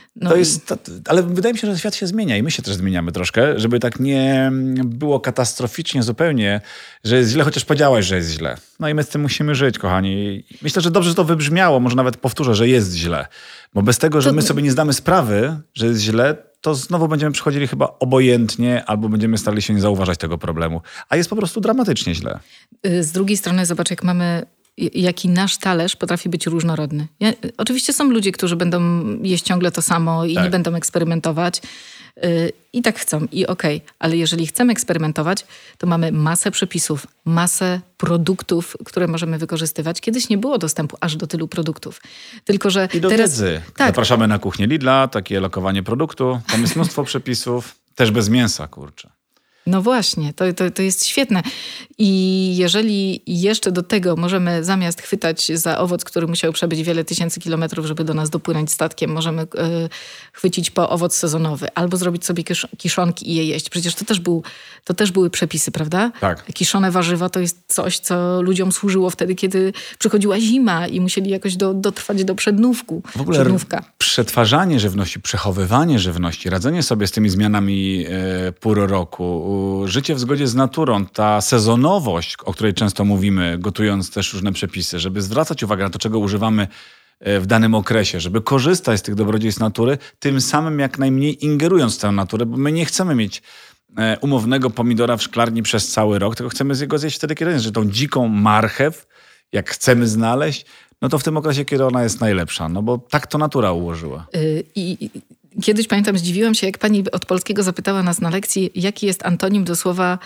No to jest, ale wydaje mi się, że świat się zmienia i my się też zmieniamy troszkę, żeby tak nie było katastroficznie zupełnie, że jest źle, chociaż powiedziałaś, że jest źle. No i my z tym musimy żyć, kochani. Myślę, że dobrze, że to wybrzmiało, może nawet powtórzę, że jest źle. Bo bez tego, że my sobie nie zdamy sprawy, że jest źle, to znowu będziemy przychodzili chyba obojętnie albo będziemy starali się nie zauważać tego problemu. A jest po prostu dramatycznie źle. Z drugiej strony zobacz, jaki nasz talerz potrafi być różnorodny. Oczywiście są ludzie, którzy będą jeść ciągle to samo i nie będą eksperymentować. I tak chcą, i okej. Ale jeżeli chcemy eksperymentować, to mamy masę przepisów, masę produktów, które możemy wykorzystywać. Kiedyś nie było dostępu aż do tylu produktów. Tylko że I do teraz wiedzy. Tak. Zapraszamy na kuchnię Lidla, takie lokowanie produktu. Tam jest mnóstwo przepisów, też bez mięsa, kurczę. No właśnie, to jest świetne. I jeżeli jeszcze do tego możemy zamiast chwytać za owoc, który musiał przebyć wiele tysięcy kilometrów, żeby do nas dopłynąć statkiem, możemy chwycić po owoc sezonowy albo zrobić sobie kiszonki i je jeść. Przecież to też były przepisy, prawda? Tak. Kiszone warzywa to jest coś, co ludziom służyło wtedy, kiedy przychodziła zima i musieli jakoś dotrwać do przednówka. W ogóle przetwarzanie żywności, przechowywanie żywności, radzenie sobie z tymi zmianami pór roku, życie w zgodzie z naturą, ta sezonowość, o której często mówimy, gotując też różne przepisy, żeby zwracać uwagę na to, czego używamy w danym okresie, żeby korzystać z tych dobrodziejstw natury, tym samym jak najmniej ingerując w tę naturę, bo my nie chcemy mieć umownego pomidora w szklarni przez cały rok, tylko chcemy go zjeść wtedy, kiedy jest, że tą dziką marchew, jak chcemy znaleźć, no to w tym okresie, kiedy ona jest najlepsza, no bo tak to natura ułożyła. Kiedyś, pamiętam, zdziwiłam się, jak pani od polskiego zapytała nas na lekcji, jaki jest antonim do słowa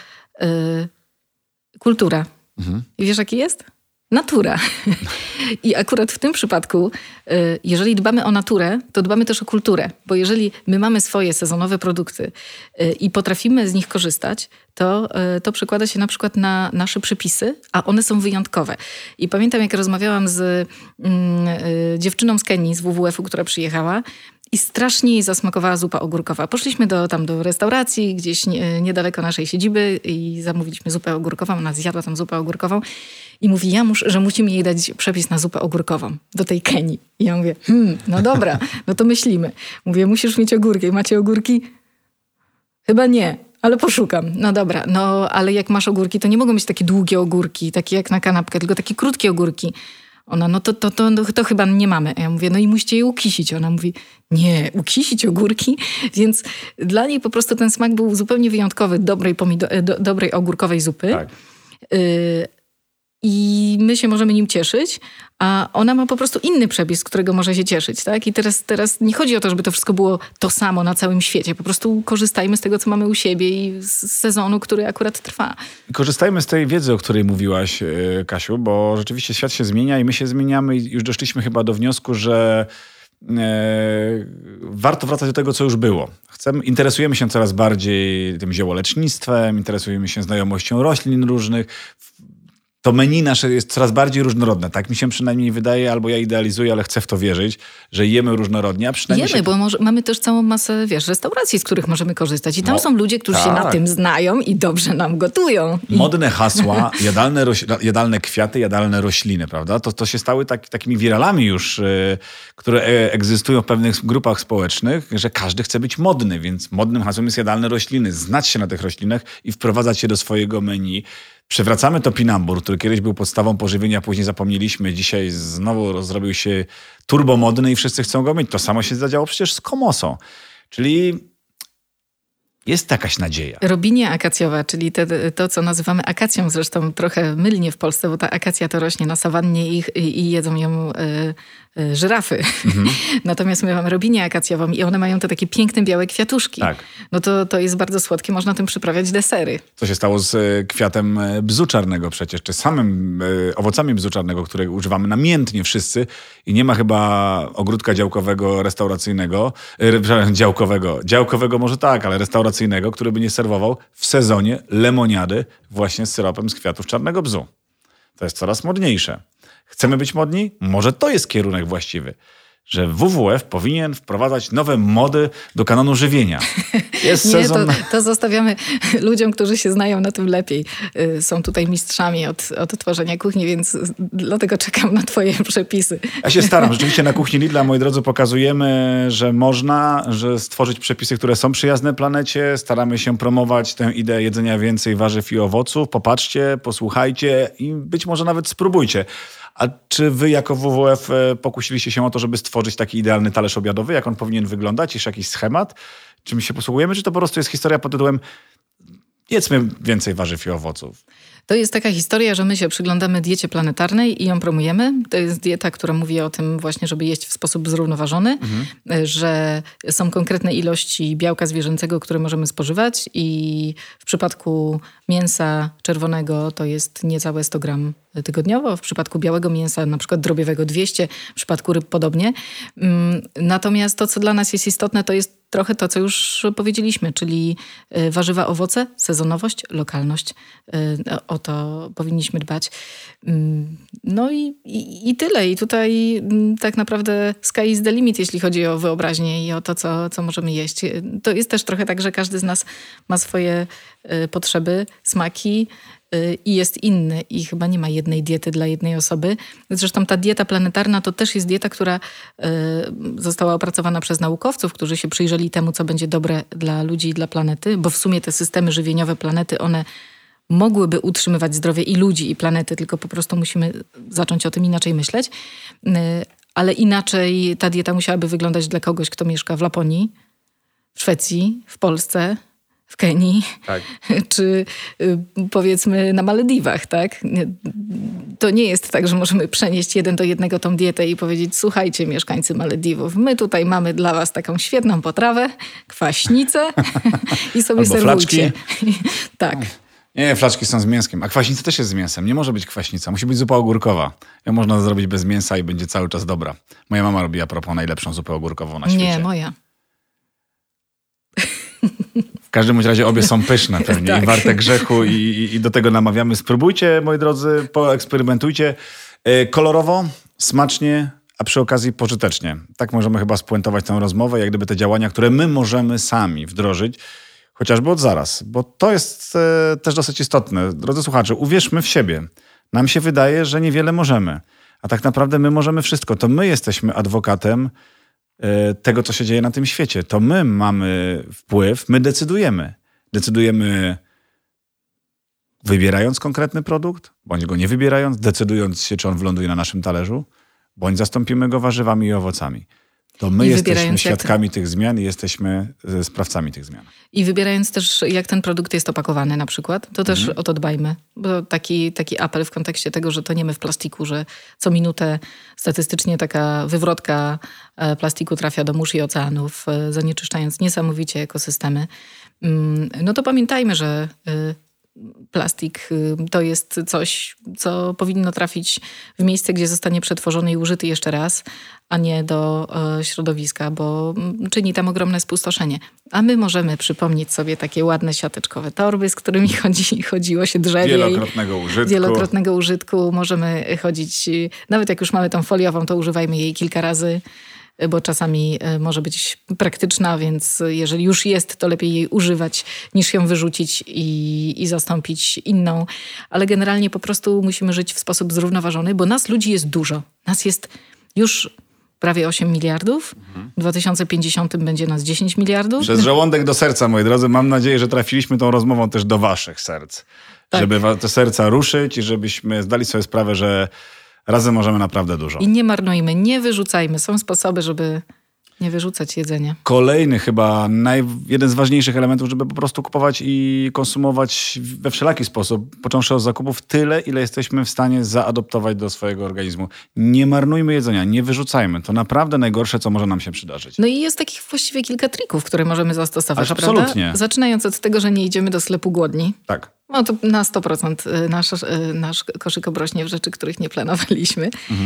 kultura. I wiesz, jaki jest? Natura. I akurat w tym przypadku, jeżeli dbamy o naturę, to dbamy też o kulturę. Bo jeżeli my mamy swoje sezonowe produkty i potrafimy z nich korzystać, to przekłada się na przykład na nasze przepisy, a one są wyjątkowe. I pamiętam, jak rozmawiałam z dziewczyną z Kenii, z WWF-u, która przyjechała, i strasznie jej zasmakowała zupa ogórkowa. Poszliśmy do restauracji gdzieś niedaleko naszej siedziby i zamówiliśmy zupę ogórkową. Ona zjadła tam zupę ogórkową i mówi, że musimy jej dać przepis na zupę ogórkową do tej Kenii. I ja mówię, no dobra, no to myślimy. Mówię, musisz mieć ogórki. Macie ogórki? Chyba nie, ale poszukam. No dobra, no ale jak masz ogórki, to nie mogą być takie długie ogórki, takie jak na kanapkę, tylko takie krótkie ogórki. Ona, no to chyba nie mamy. A ja mówię, no i musicie je ukisić. Ona mówi, nie, ukisić ogórki? Więc dla niej po prostu ten smak był zupełnie wyjątkowy dobrej ogórkowej zupy. Tak. I my się możemy nim cieszyć, a ona ma po prostu inny przepis, z którego może się cieszyć. Tak? I teraz nie chodzi o to, żeby to wszystko było to samo na całym świecie. Po prostu korzystajmy z tego, co mamy u siebie i z sezonu, który akurat trwa. Korzystajmy z tej wiedzy, o której mówiłaś, Kasiu, bo rzeczywiście świat się zmienia i my się zmieniamy i już doszliśmy chyba do wniosku, że warto wracać do tego, co już było. Interesujemy się coraz bardziej tym ziołolecznictwem, interesujemy się znajomością roślin różnych. To menu nasze jest coraz bardziej różnorodne. Tak mi się przynajmniej wydaje, albo ja idealizuję, ale chcę w to wierzyć, że jemy różnorodnie, a przynajmniej... Jemy, bo mamy też całą masę, restauracji, z których możemy korzystać. I tam są ludzie, którzy się na tym znają i dobrze nam gotują. Modne hasła, jadalne kwiaty, jadalne rośliny, prawda? To się stały takimi wiralami już, które egzystują w pewnych grupach społecznych, że każdy chce być modny, więc modnym hasłem jest jadalne rośliny. Znać się na tych roślinach i wprowadzać je do swojego menu. Przywracamy topinambur, który kiedyś był podstawą pożywienia, później zapomnieliśmy. Dzisiaj znowu zrobił się turbomodny i wszyscy chcą go mieć. To samo się zadziało przecież z komosą. Czyli jest jakaś nadzieja. Robinie akacjowe, czyli to, co nazywamy akacją, zresztą trochę mylnie w Polsce, bo ta akacja to rośnie na sawannie i jedzą ją żyrafy. Natomiast my mamy robinię akacjową i one mają te takie piękne białe kwiatuszki. Tak. No to jest bardzo słodkie, można tym przyprawiać desery. Co się stało z kwiatem bzu czarnego przecież, czy samym owocami bzu czarnego, które używamy namiętnie wszyscy i nie ma chyba ogródka działkowego, restauracyjnego, działkowego może tak, ale restauracyjnego, który by nie serwował w sezonie lemoniady właśnie z syropem z kwiatów czarnego bzu. To jest coraz modniejsze. Chcemy być modni? Może to jest kierunek właściwy. że WWF powinien wprowadzać nowe mody do kanonu żywienia. Jest Nie, sezon... to zostawiamy ludziom, którzy się znają na tym lepiej. Są tutaj mistrzami od tworzenia kuchni, więc dlatego czekam na twoje przepisy. Ja się staram. Rzeczywiście na kuchni Lidla, moi drodzy, pokazujemy, że można, że stworzyć przepisy, które są przyjazne planecie. Staramy się promować tę ideę jedzenia więcej warzyw i owoców. Popatrzcie, posłuchajcie i być może nawet spróbujcie. A czy wy jako WWF pokusiliście się o to, żeby stworzyć taki idealny talerz obiadowy? Jak on powinien wyglądać? Jest jakiś schemat? Czym się posługujemy? Czy to po prostu jest historia pod tytułem jedzmy więcej warzyw i owoców? To jest taka historia, że my się przyglądamy diecie planetarnej i ją promujemy. To jest dieta, która mówi o tym właśnie, żeby jeść w sposób zrównoważony, że są konkretne ilości białka zwierzęcego, które możemy spożywać i w przypadku mięsa czerwonego to jest niecałe 100 gram tygodniowo, w przypadku białego mięsa, na przykład drobiowego 200, w przypadku ryb podobnie. Natomiast to, co dla nas jest istotne, to jest trochę to, co już powiedzieliśmy, czyli warzywa, owoce, sezonowość, lokalność. O to powinniśmy dbać. No i tyle. I tutaj tak naprawdę sky is the limit, jeśli chodzi o wyobraźnię i o to, co możemy jeść. To jest też trochę tak, że każdy z nas ma swoje potrzeby, smaki i jest inny i chyba nie ma jednej diety dla jednej osoby. Zresztą ta dieta planetarna to też jest dieta, która została opracowana przez naukowców, którzy się przyjrzeli temu, co będzie dobre dla ludzi i dla planety, bo w sumie te systemy żywieniowe planety, one mogłyby utrzymywać zdrowie i ludzi, i planety, tylko po prostu musimy zacząć o tym inaczej myśleć. Ale inaczej ta dieta musiałaby wyglądać dla kogoś, kto mieszka w Laponii, w Szwecji, w Polsce, w Kenii, tak. Czy powiedzmy na Malediwach, tak? To nie jest tak, że możemy przenieść 1:1 tą dietę i powiedzieć: słuchajcie, mieszkańcy Malediwów, my tutaj mamy dla was taką świetną potrawę, kwaśnicę i sobie albo serwujcie. Tak. Nie, flaczki są z mięskiem, a kwaśnica też jest z mięsem. Nie może być kwaśnica, musi być zupa ogórkowa. Ją można zrobić bez mięsa i będzie cały czas dobra. Moja mama robi a propos najlepszą zupę ogórkową na świecie. Nie, moja. W każdym razie obie są pyszne pewnie tak. I warte grzechu i do tego namawiamy. Spróbujcie, moi drodzy, poeksperymentujcie. Kolorowo, smacznie, a przy okazji pożytecznie. Tak możemy chyba spuentować tę rozmowę, jak gdyby te działania, które my możemy sami wdrożyć, chociażby od zaraz. Bo to jest też dosyć istotne. Drodzy słuchacze, uwierzmy w siebie. Nam się wydaje, że niewiele możemy. A tak naprawdę my możemy wszystko. To my jesteśmy adwokatem tego, co się dzieje na tym świecie. To my mamy wpływ, my decydujemy. Decydujemy wybierając konkretny produkt, bądź go nie wybierając, decydując się, czy on wyląduje na naszym talerzu, bądź zastąpimy go warzywami i owocami. To my jesteśmy świadkami tych zmian i jesteśmy sprawcami tych zmian. I wybierając też, jak ten produkt jest opakowany na przykład, to też o to dbajmy. Bo taki apel w kontekście tego, że to nie my w plastiku, że co minutę statystycznie taka wywrotka plastiku trafia do mórz i oceanów, zanieczyszczając niesamowicie ekosystemy. No to pamiętajmy, że plastik to jest coś, co powinno trafić w miejsce, gdzie zostanie przetworzony i użyty jeszcze raz, a nie do środowiska, bo czyni tam ogromne spustoszenie. A my możemy przypomnieć sobie takie ładne siateczkowe torby, z którymi chodziło się drzewiej. Wielokrotnego użytku. Możemy chodzić, nawet jak już mamy tą foliową, to używajmy jej kilka razy, bo czasami może być praktyczna, więc jeżeli już jest, to lepiej jej używać, niż ją wyrzucić i zastąpić inną. Ale generalnie po prostu musimy żyć w sposób zrównoważony, bo nas ludzi jest dużo. Nas jest już prawie 8 miliardów. W 2050 będzie nas 10 miliardów. Przez żołądek do serca, moi drodzy. Mam nadzieję, że trafiliśmy tą rozmową też do waszych serc. Tak. Żeby te serca ruszyć i żebyśmy zdali sobie sprawę, że razem możemy naprawdę dużo. I nie marnujmy, nie wyrzucajmy. Są sposoby, żeby nie wyrzucać jedzenia. Kolejny chyba, jeden z ważniejszych elementów, żeby po prostu kupować i konsumować we wszelaki sposób, począwszy od zakupów, tyle, ile jesteśmy w stanie zaadoptować do swojego organizmu. Nie marnujmy jedzenia, nie wyrzucajmy. To naprawdę najgorsze, co może nam się przydarzyć. No i jest takich właściwie kilka trików, które możemy zastosować, prawda? Absolutnie. Zaczynając od tego, że nie idziemy do sklepu głodni. Tak. No to na 100% nasz koszyk obrośnie w rzeczy, których nie planowaliśmy.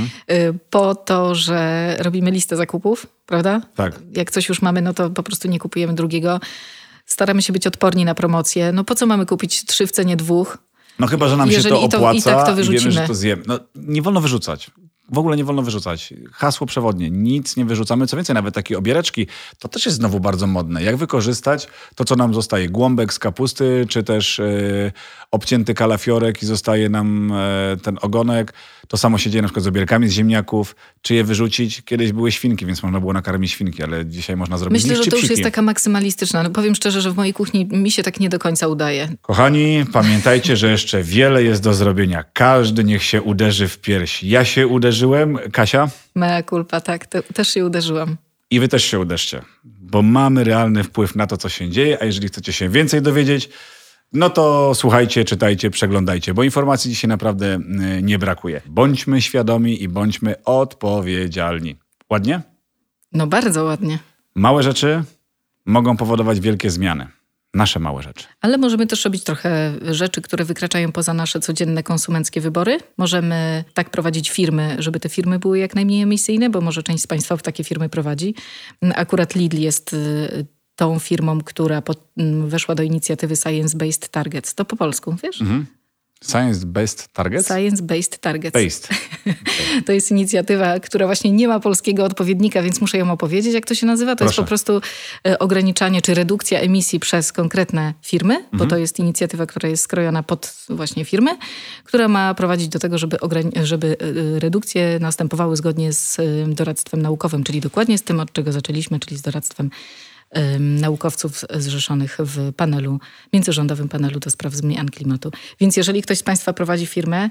Po to, że robimy listę zakupów, prawda? Tak. Jak coś już mamy, no to po prostu nie kupujemy drugiego. Staramy się być odporni na promocje. No po co mamy kupić 3 w cenie 2? No chyba, że nam się to opłaca i tak to wyrzucimy. I wiemy, że to zjemy. No nie wolno wyrzucać. w ogóle nie wolno wyrzucać. Hasło przewodnie, nic nie wyrzucamy. Co więcej, nawet takie obiereczki, to też jest znowu bardzo modne. Jak wykorzystać to, co nam zostaje? Głąbek z kapusty, czy też obcięty kalafiorek i zostaje nam ten ogonek. To samo się dzieje na przykład z obierkami z ziemniaków. Czy je wyrzucić? Kiedyś były świnki, więc można było nakarmić świnki, ale dzisiaj można zrobić Myślę, że to już psiki. jest taka maksymalistyczna. No, powiem szczerze, że w mojej kuchni mi się tak nie do końca udaje. Kochani, pamiętajcie, że jeszcze wiele jest do zrobienia. Każdy niech się uderzy w pierś. Ja się uderzyłem, Kasia? Mea culpa, tak, też się uderzyłam. I wy też się uderzcie, bo mamy realny wpływ na to, co się dzieje, a jeżeli chcecie się więcej dowiedzieć, no to słuchajcie, czytajcie, przeglądajcie, bo informacji dzisiaj naprawdę nie brakuje. Bądźmy świadomi i bądźmy odpowiedzialni. Ładnie? No bardzo ładnie. Małe rzeczy mogą powodować wielkie zmiany. Nasze małe rzeczy. Ale możemy też robić trochę rzeczy, które wykraczają poza nasze codzienne konsumenckie wybory. Możemy tak prowadzić firmy, żeby te firmy były jak najmniej emisyjne, bo może część z Państwa w takie firmy prowadzi. Akurat Lidl jest tą firmą, która weszła do inicjatywy Science Based Targets. To po polsku, wiesz? Mhm. Science Based Targets? Science Based Targets. Based. To jest inicjatywa, która właśnie nie ma polskiego odpowiednika, więc muszę ją opowiedzieć, jak to się nazywa. To Proszę. jest po prostu ograniczanie czy redukcja emisji przez konkretne firmy, bo to jest inicjatywa, która jest skrojona pod właśnie firmy, która ma prowadzić do tego, żeby redukcje następowały zgodnie z doradztwem naukowym, czyli dokładnie z tym, od czego zaczęliśmy, czyli z doradztwem naukowców zrzeszonych w międzyrządowym panelu do spraw zmian klimatu. Więc jeżeli ktoś z Państwa prowadzi firmę,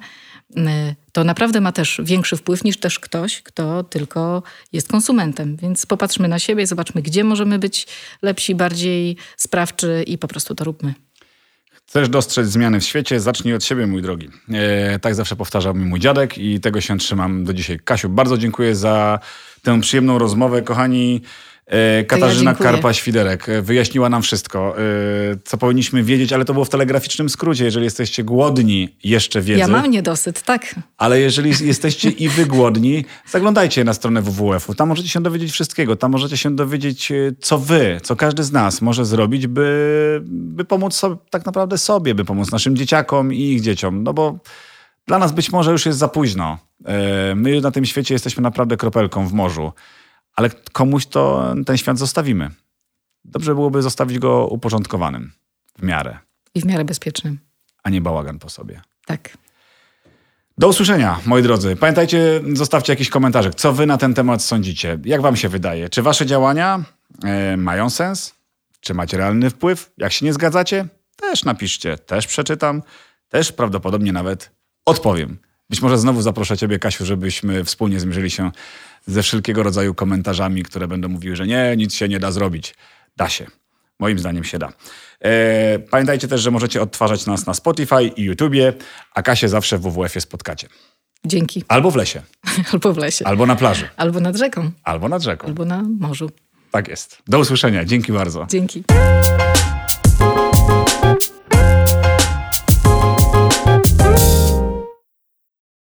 to naprawdę ma też większy wpływ niż też ktoś, kto tylko jest konsumentem. Więc popatrzmy na siebie, zobaczmy, gdzie możemy być lepsi, bardziej sprawczy i po prostu to róbmy. Chcesz dostrzec zmiany w świecie? Zacznij od siebie, mój drogi. Tak zawsze powtarzał mi mój dziadek i tego się trzymam do dzisiaj. Kasiu, bardzo dziękuję za tę przyjemną rozmowę. Kochani, Katarzyna Karpa-Świderek wyjaśniła nam wszystko, co powinniśmy wiedzieć, ale to było w telegraficznym skrócie. Jeżeli jesteście głodni jeszcze wiedzy... Ja mam niedosyt, tak. Ale jeżeli jesteście i wy głodni, zaglądajcie na stronę WWF-u. Tam możecie się dowiedzieć wszystkiego. Tam możecie się dowiedzieć, co każdy z nas może zrobić, by pomóc sobie, tak naprawdę sobie, by pomóc naszym dzieciakom i ich dzieciom. No bo dla nas być może już jest za późno. My na tym świecie jesteśmy naprawdę kropelką w morzu. Ale komuś ten świat zostawimy. Dobrze byłoby zostawić go uporządkowanym. W miarę. I w miarę bezpiecznym. A nie bałagan po sobie. Tak. Do usłyszenia, moi drodzy. Pamiętajcie, zostawcie jakiś komentarzek. Co wy na ten temat sądzicie? Jak wam się wydaje? Czy wasze działania mają sens? Czy macie realny wpływ? Jak się nie zgadzacie? Też napiszcie. Też przeczytam. Też prawdopodobnie nawet odpowiem. Być może znowu zaproszę ciebie, Kasiu, żebyśmy wspólnie zmierzyli się ze wszelkiego rodzaju komentarzami, które będą mówiły, że nie, nic się nie da zrobić. Da się. Moim zdaniem się da. Pamiętajcie też, że możecie odtwarzać nas na Spotify i YouTubie, a Kasię zawsze w WWF-ie spotkacie. Dzięki. Albo w lesie. Albo w lesie. Albo na plaży. Albo nad rzeką. Albo nad rzeką. Albo na morzu. Tak jest. Do usłyszenia. Dzięki bardzo. Dzięki.